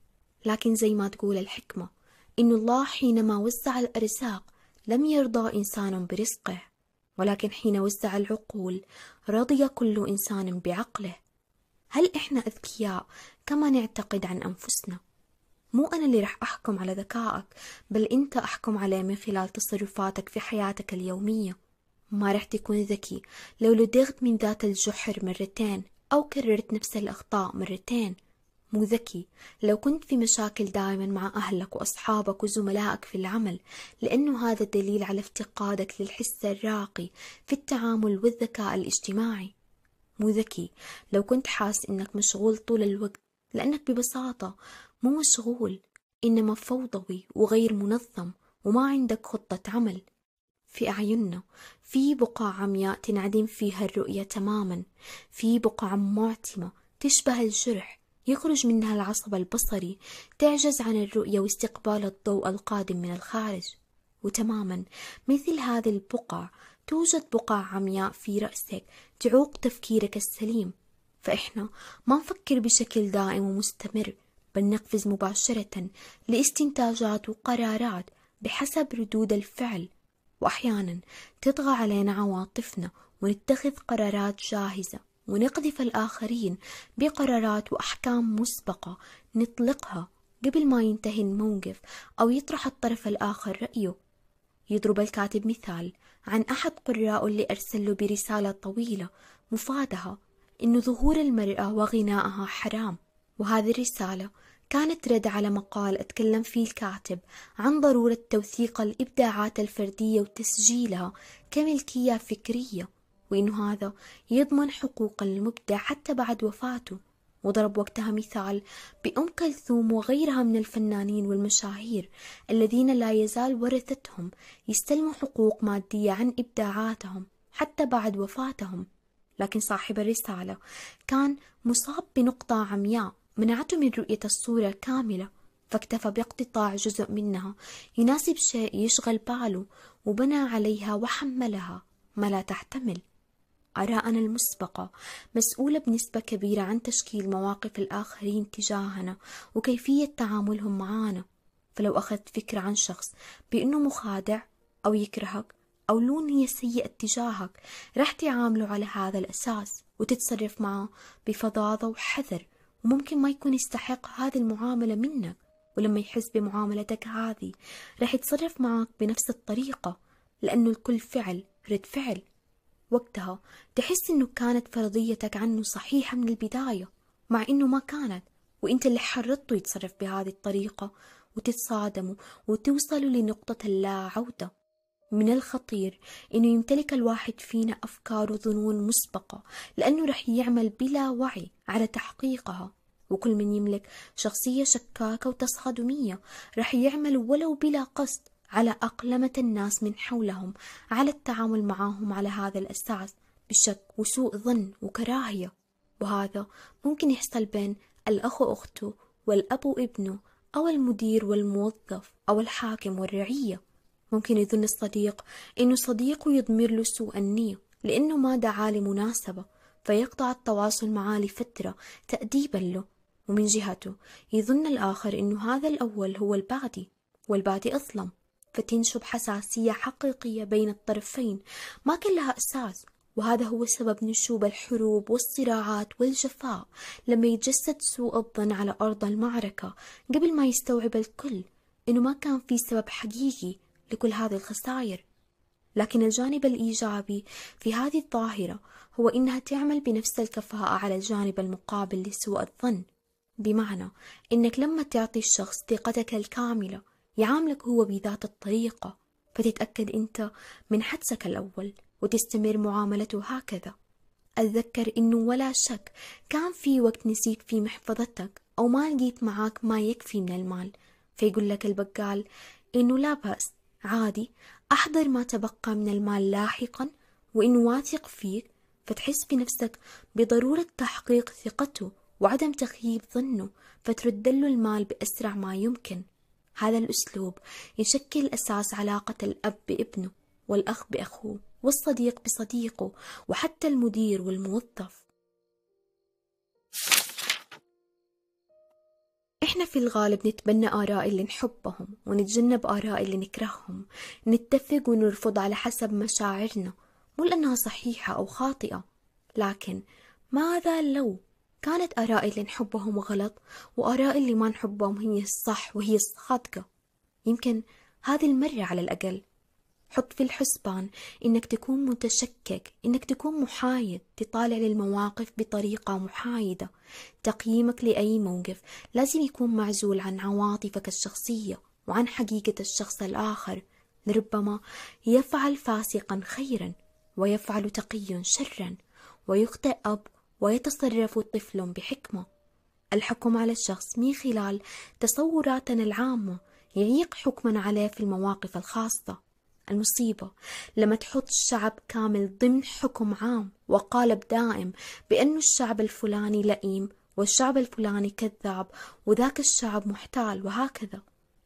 لكن زي ما تقول الحكمة إن الله حينما وزع الأرزاق لم يرضى إنسان برزقه، ولكن حين وزع العقول رضي كل إنسان بعقله. هل إحنا أذكياء كما نعتقد عن أنفسنا؟ مو أنا اللي رح أحكم على ذكائك، بل أنت أحكم عليه من خلال تصرفاتك في حياتك اليومية. ما رح تكون ذكي لو لدغت من ذات الجحر مرتين أو كررت نفس الأخطاء مرتين. مو ذكي لو كنت في مشاكل دائما مع أهلك وأصحابك وزملائك في العمل، لأنه هذا دليل على افتقادك للحس الراقي في التعامل والذكاء الاجتماعي. مو ذكي لو كنت حاس إنك مشغول طول الوقت، لأنك ببساطة مو مشغول، إنما فوضوي وغير منظم وما عندك خطة عمل. في أعيننا في بقعة عمياء تنعدم فيها الرؤية تماما، في بقعة معتمة تشبه الجرح يخرج منها العصب البصري، تعجز عن الرؤية واستقبال الضوء القادم من الخارج. وتماما مثل هذه البقع توجد بقع عمياء في رأسك تعوق تفكيرك السليم. فإحنا ما نفكر بشكل دائم ومستمر، بل نقفز مباشرة لاستنتاجات وقرارات بحسب ردود الفعل، وأحيانا تطغى علينا عواطفنا ونتخذ قرارات جاهزة ونقذف الآخرين بقرارات وأحكام مسبقة نطلقها قبل ما ينتهي الموقف أو يطرح الطرف الآخر رأيه. يضرب الكاتب مثال عن أحد قراء اللي أرسل له برسالة طويلة مفادها إنه ظهور المرأة وغناءها حرام، وهذه الرسالة كانت رد على مقال أتكلم فيه الكاتب عن ضرورة توثيق الإبداعات الفردية وتسجيلها كملكية فكرية، وإنه هذا يضمن حقوق المبدع حتى بعد وفاته. وضرب وقتها مثال بأم كلثوم وغيرها من الفنانين والمشاهير الذين لا يزال ورثتهم يستلموا حقوق مادية عن إبداعاتهم حتى بعد وفاتهم. لكن صاحب الرسالة كان مصاب بنقطة عمياء منعته من رؤية الصورة الكاملة، فاكتفى باقتطاع جزء منها يناسب شيء يشغل باله وبنى عليها وحملها ما لا تحتمل. آراءنا المسبقة مسؤولة بنسبة كبيرة عن تشكيل مواقف الآخرين تجاهنا وكيفية تعاملهم معنا. فلو أخذت فكرة عن شخص بأنه مخادع أو يكرهك أو له نية سيئة تجاهك، رح تعامله على هذا الأساس وتتصرف معه بفظاظة وحذر، وممكن ما يكون يستحق هذه المعاملة منك. ولما يحس بمعاملتك هذه رح يتصرف معك بنفس الطريقة، لأنه الكل فعل رد فعل. وقتها تحس إنه كانت فرضيتك عنه صحيحة من البداية، مع إنه ما كانت، وإنت اللي حرضته يتصرف بهذه الطريقة، وتتصادموا وتوصلوا لنقطة اللا عودة. من الخطير إنه يمتلك الواحد فينا أفكار وظنون مسبقة، لأنه رح يعمل بلا وعي على تحقيقها. وكل من يملك شخصية شكاكة وتصادمية رح يعمل ولو بلا قصد على أقلمة الناس من حولهم على التعامل معهم على هذا الأساس بشك وسوء ظن وكراهية. وهذا ممكن يحصل بين الأخ وأخته والأب وابنه، أو المدير والموظف، أو الحاكم والرعية. ممكن يظن الصديق إنه صديقه يضمر له سوء النية لأنه ما دعا لمناسبة، فيقطع التواصل معاه لفترة تأديبا له. ومن جهته يظن الآخر إنه هذا الأول هو البادي، والبادي أظلم، فتنشب حساسية حقيقية بين الطرفين ما كان لها أساس. وهذا هو سبب نشوب الحروب والصراعات والجفاء، لما يتجسد سوء الظن على أرض المعركة قبل ما يستوعب الكل إنه ما كان في سبب حقيقي لكل هذه الخسائر. لكن الجانب الإيجابي في هذه الظاهرة هو إنها تعمل بنفس الكفاءة على الجانب المقابل لسوء الظن، بمعنى إنك لما تعطي الشخص ثقتك الكاملة يعاملك هو بذات الطريقة، فتتأكد أنت من حدسك الأول وتستمر معاملته هكذا. أتذكر إنه ولا شك كان في وقت نسيت في محفظتك أو ما لقيت معاك ما يكفي من المال، فيقول لك البقال إنه لا بأس، عادي، أحضر ما تبقى من المال لاحقا، وإنه واثق فيك، فتحس بنفسك بضرورة تحقيق ثقته وعدم تخييب ظنه، فترد له المال بأسرع ما يمكن. هذا الأسلوب يشكل أساس علاقة الأب بابنه، والأخ بأخوه، والصديق بصديقه، وحتى المدير والموظف. إحنا في الغالب نتبنى آراء اللي نحبهم ونتجنب آراء اللي نكرههم، نتفق ونرفض على حسب مشاعرنا، مو لأنها صحيحة أو خاطئة. لكن ماذا لو كانت آراء اللي نحبهم غلط وآراء اللي ما نحبهم هي الصح وهي الصادقة؟ يمكن هذه المرة على الأقل. حط في الحسبان إنك تكون متشكك، إنك تكون محايد، تطالع للمواقف بطريقة محايدة. تقييمك لأي موقف لازم يكون معزول عن عواطفك الشخصية وعن حقيقة الشخص الآخر. لربما يفعل فاسقا خيرا ويفعل تقي شرا، ويخطئ أب ويتصرف طفل بحكمة. الحكم على الشخص من خلال تصوراتنا العامة يعيق حكما عليه في المواقف الخاصة. المصيبة لما تحط الشعب كامل ضمن حكم عام وقالب دائم بأن الشعب الفلاني لئيم والشعب الفلاني كذاب وذاك الشعب محتال، وهكذا.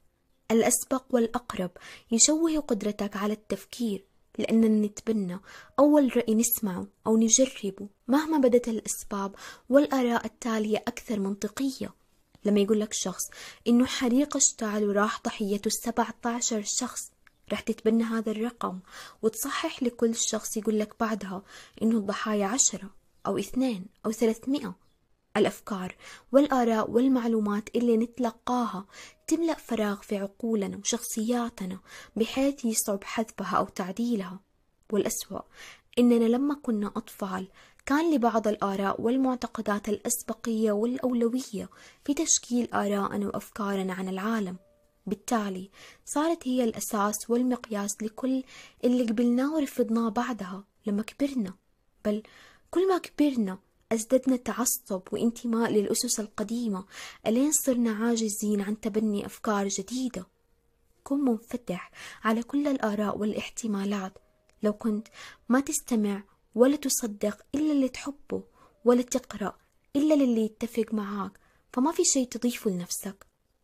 الأسبق والأقرب يشوه قدرتك على التفكير، لأننا نتبنى أول رأي نسمعه أو نجربه مهما بدت الأسباب والآراء التالية أكثر منطقية. لما يقول لك شخص إنه حريق اشتعل وراح ضحيته سبعة عشر شخص، رح تتبنى هذا الرقم وتصحح لكل شخص يقول لك بعدها إنه الضحايا عشرة أو اثنين أو ثلاثمائة. الأفكار والآراء والمعلومات اللي نتلقاها تملأ فراغ في عقولنا وشخصياتنا بحيث يصعب حذفها أو تعديلها. والأسوأ إننا لما كنا أطفال كان لبعض الآراء والمعتقدات الأسبقية والأولوية في تشكيل آراءنا وأفكارنا عن العالم. بالتالي صارت هي الأساس والمقياس لكل اللي قبلناه ورفضناه بعدها لما كبرنا. بل كل ما كبرنا ازددنا تعصب وانتماء للأسس القديمة، ألين صرنا عاجزين عن تبني أفكار جديدة. كن منفتح على كل الآراء والاحتمالات. لو كنت ما تستمع ولا تصدق إلا اللي تحبه ولا تقرأ إلا للي يتفق معاك، فما في شيء تضيفه لنفسك.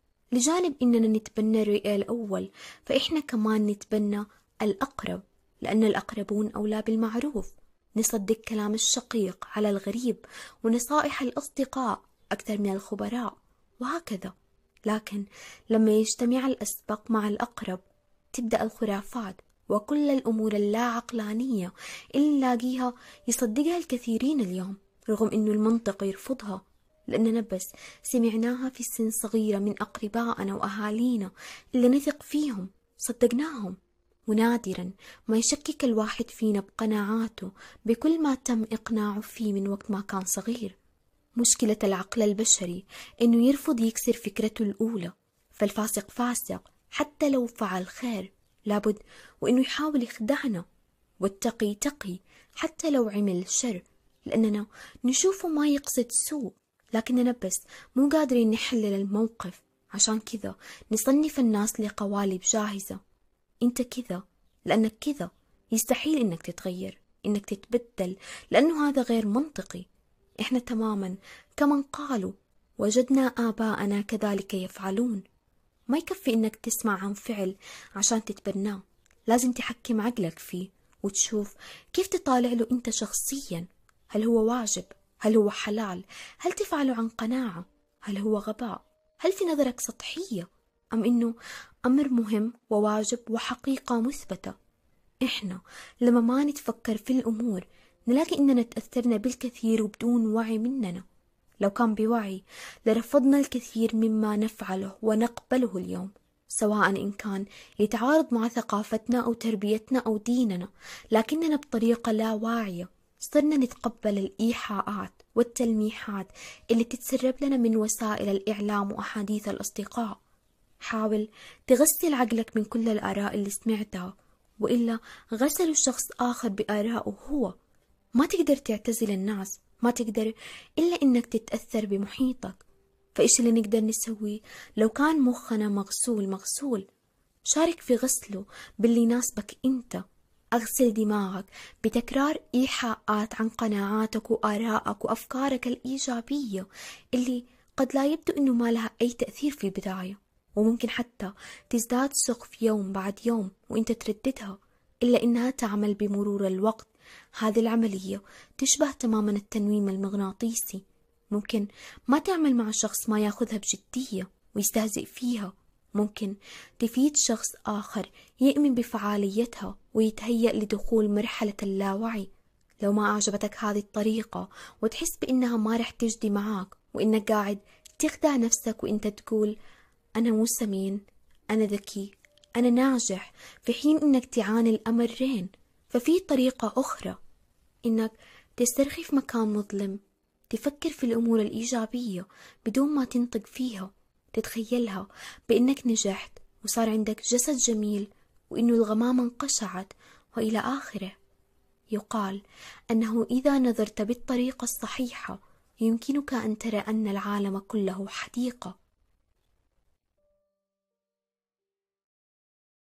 لجانب إننا نتبنى الرأي الأول، فإحنا كمان نتبنى الأقرب، لأن الأقربون أولى بالمعروف. نصدق كلام الشقيق على الغريب ونصائح الأصدقاء أكثر من الخبراء، وهكذا. لكن لما يجتمع الأسبق مع الأقرب تبدأ الخرافات وكل الأمور اللا عقلانية اللي نلاقيها يصدقها الكثيرين اليوم، رغم إنه المنطق يرفضها، لأننا بس سمعناها في سن صغيرة من أقربائنا وأهالينا اللي نثق فيهم صدقناهم. ونادرا ما يشكك الواحد فينا بقناعاته بكل ما تم إقناعه فيه من وقت ما كان صغير. مشكلة العقل البشري إنه يرفض يكسر فكرته الأولى، فالفاسق فاسق حتى لو فعل خير لابد، وإنه يحاول يخدعنا، والتقي تقي حتى لو عمل شر، لأننا نشوفه ما يقصد سوء، لكننا بس مو قادرين نحلل الموقف. عشان كذا نصنف الناس لقوالب جاهزة. انت كذا لأنك كذا، يستحيل انك تتغير، انك تتبدل، لأنه هذا غير منطقي. احنا تماما كمن قالوا وجدنا آباءنا كذلك يفعلون. ما يكفي انك تسمع عن فعل عشان تتبناه، لازم تحكم عقلك فيه وتشوف كيف تطالع له انت شخصيا. هل هو واجب؟ هل هو حلال؟ هل تفعله عن قناعة؟ هل هو غباء؟ هل في نظرك سطحية؟ أم إنه أمر مهم وواجب وحقيقة مثبتة؟ إحنا لما ما نتفكر في الأمور نلاقي إننا تأثرنا بالكثير وبدون وعي مننا. لو كان بوعي لرفضنا الكثير مما نفعله ونقبله اليوم، سواء إن كان يتعارض مع ثقافتنا أو تربيتنا أو ديننا، لكننا بطريقة لا واعية صرنا نتقبل الإيحاءات والتلميحات اللي تتسرب لنا من وسائل الإعلام وأحاديث الأصدقاء. حاول تغسل عقلك من كل الآراء اللي سمعتها، وإلا غسلوا شخص آخر بآرائه هو. ما تقدر تعتزل الناس، ما تقدر إلا إنك تتأثر بمحيطك. فإيش اللي نقدر نسوي لو كان مخنا مغسول مغسول؟ شارك في غسله باللي يناسبك أنت. أغسل دماغك بتكرار إيحاءات عن قناعاتك وآرائك وأفكارك الإيجابية اللي قد لا يبدو إنه ما لها أي تأثير في البداية، وممكن حتى تزداد سقف يوم بعد يوم وإنت ترددها، إلا إنها تعمل بمرور الوقت. هذه العملية تشبه تماما التنويم المغناطيسي، ممكن ما تعمل مع شخص ما ياخذها بجدية ويستهزئ فيها. ممكن تفيد شخص آخر يؤمن بفعاليتها ويتهيأ لدخول مرحلة اللاوعي. لو ما أعجبتك هذه الطريقة وتحس بإنها ما رح تجدي معك وإنك قاعد تخدع نفسك وإنت تقول أنا مو سمين، أنا ذكي، أنا ناجح، في حين إنك تعاني الأمرين، ففي طريقة أخرى، إنك تسترخي في مكان مظلم، تفكر في الأمور الإيجابية بدون ما تنطق فيها، تتخيلها بإنك نجحت وصار عندك جسد جميل وإنه الغمامة انقشعت وإلى آخره. يقال أنه إذا نظرت بالطريقة الصحيحة يمكنك أن ترى أن العالم كله حديقة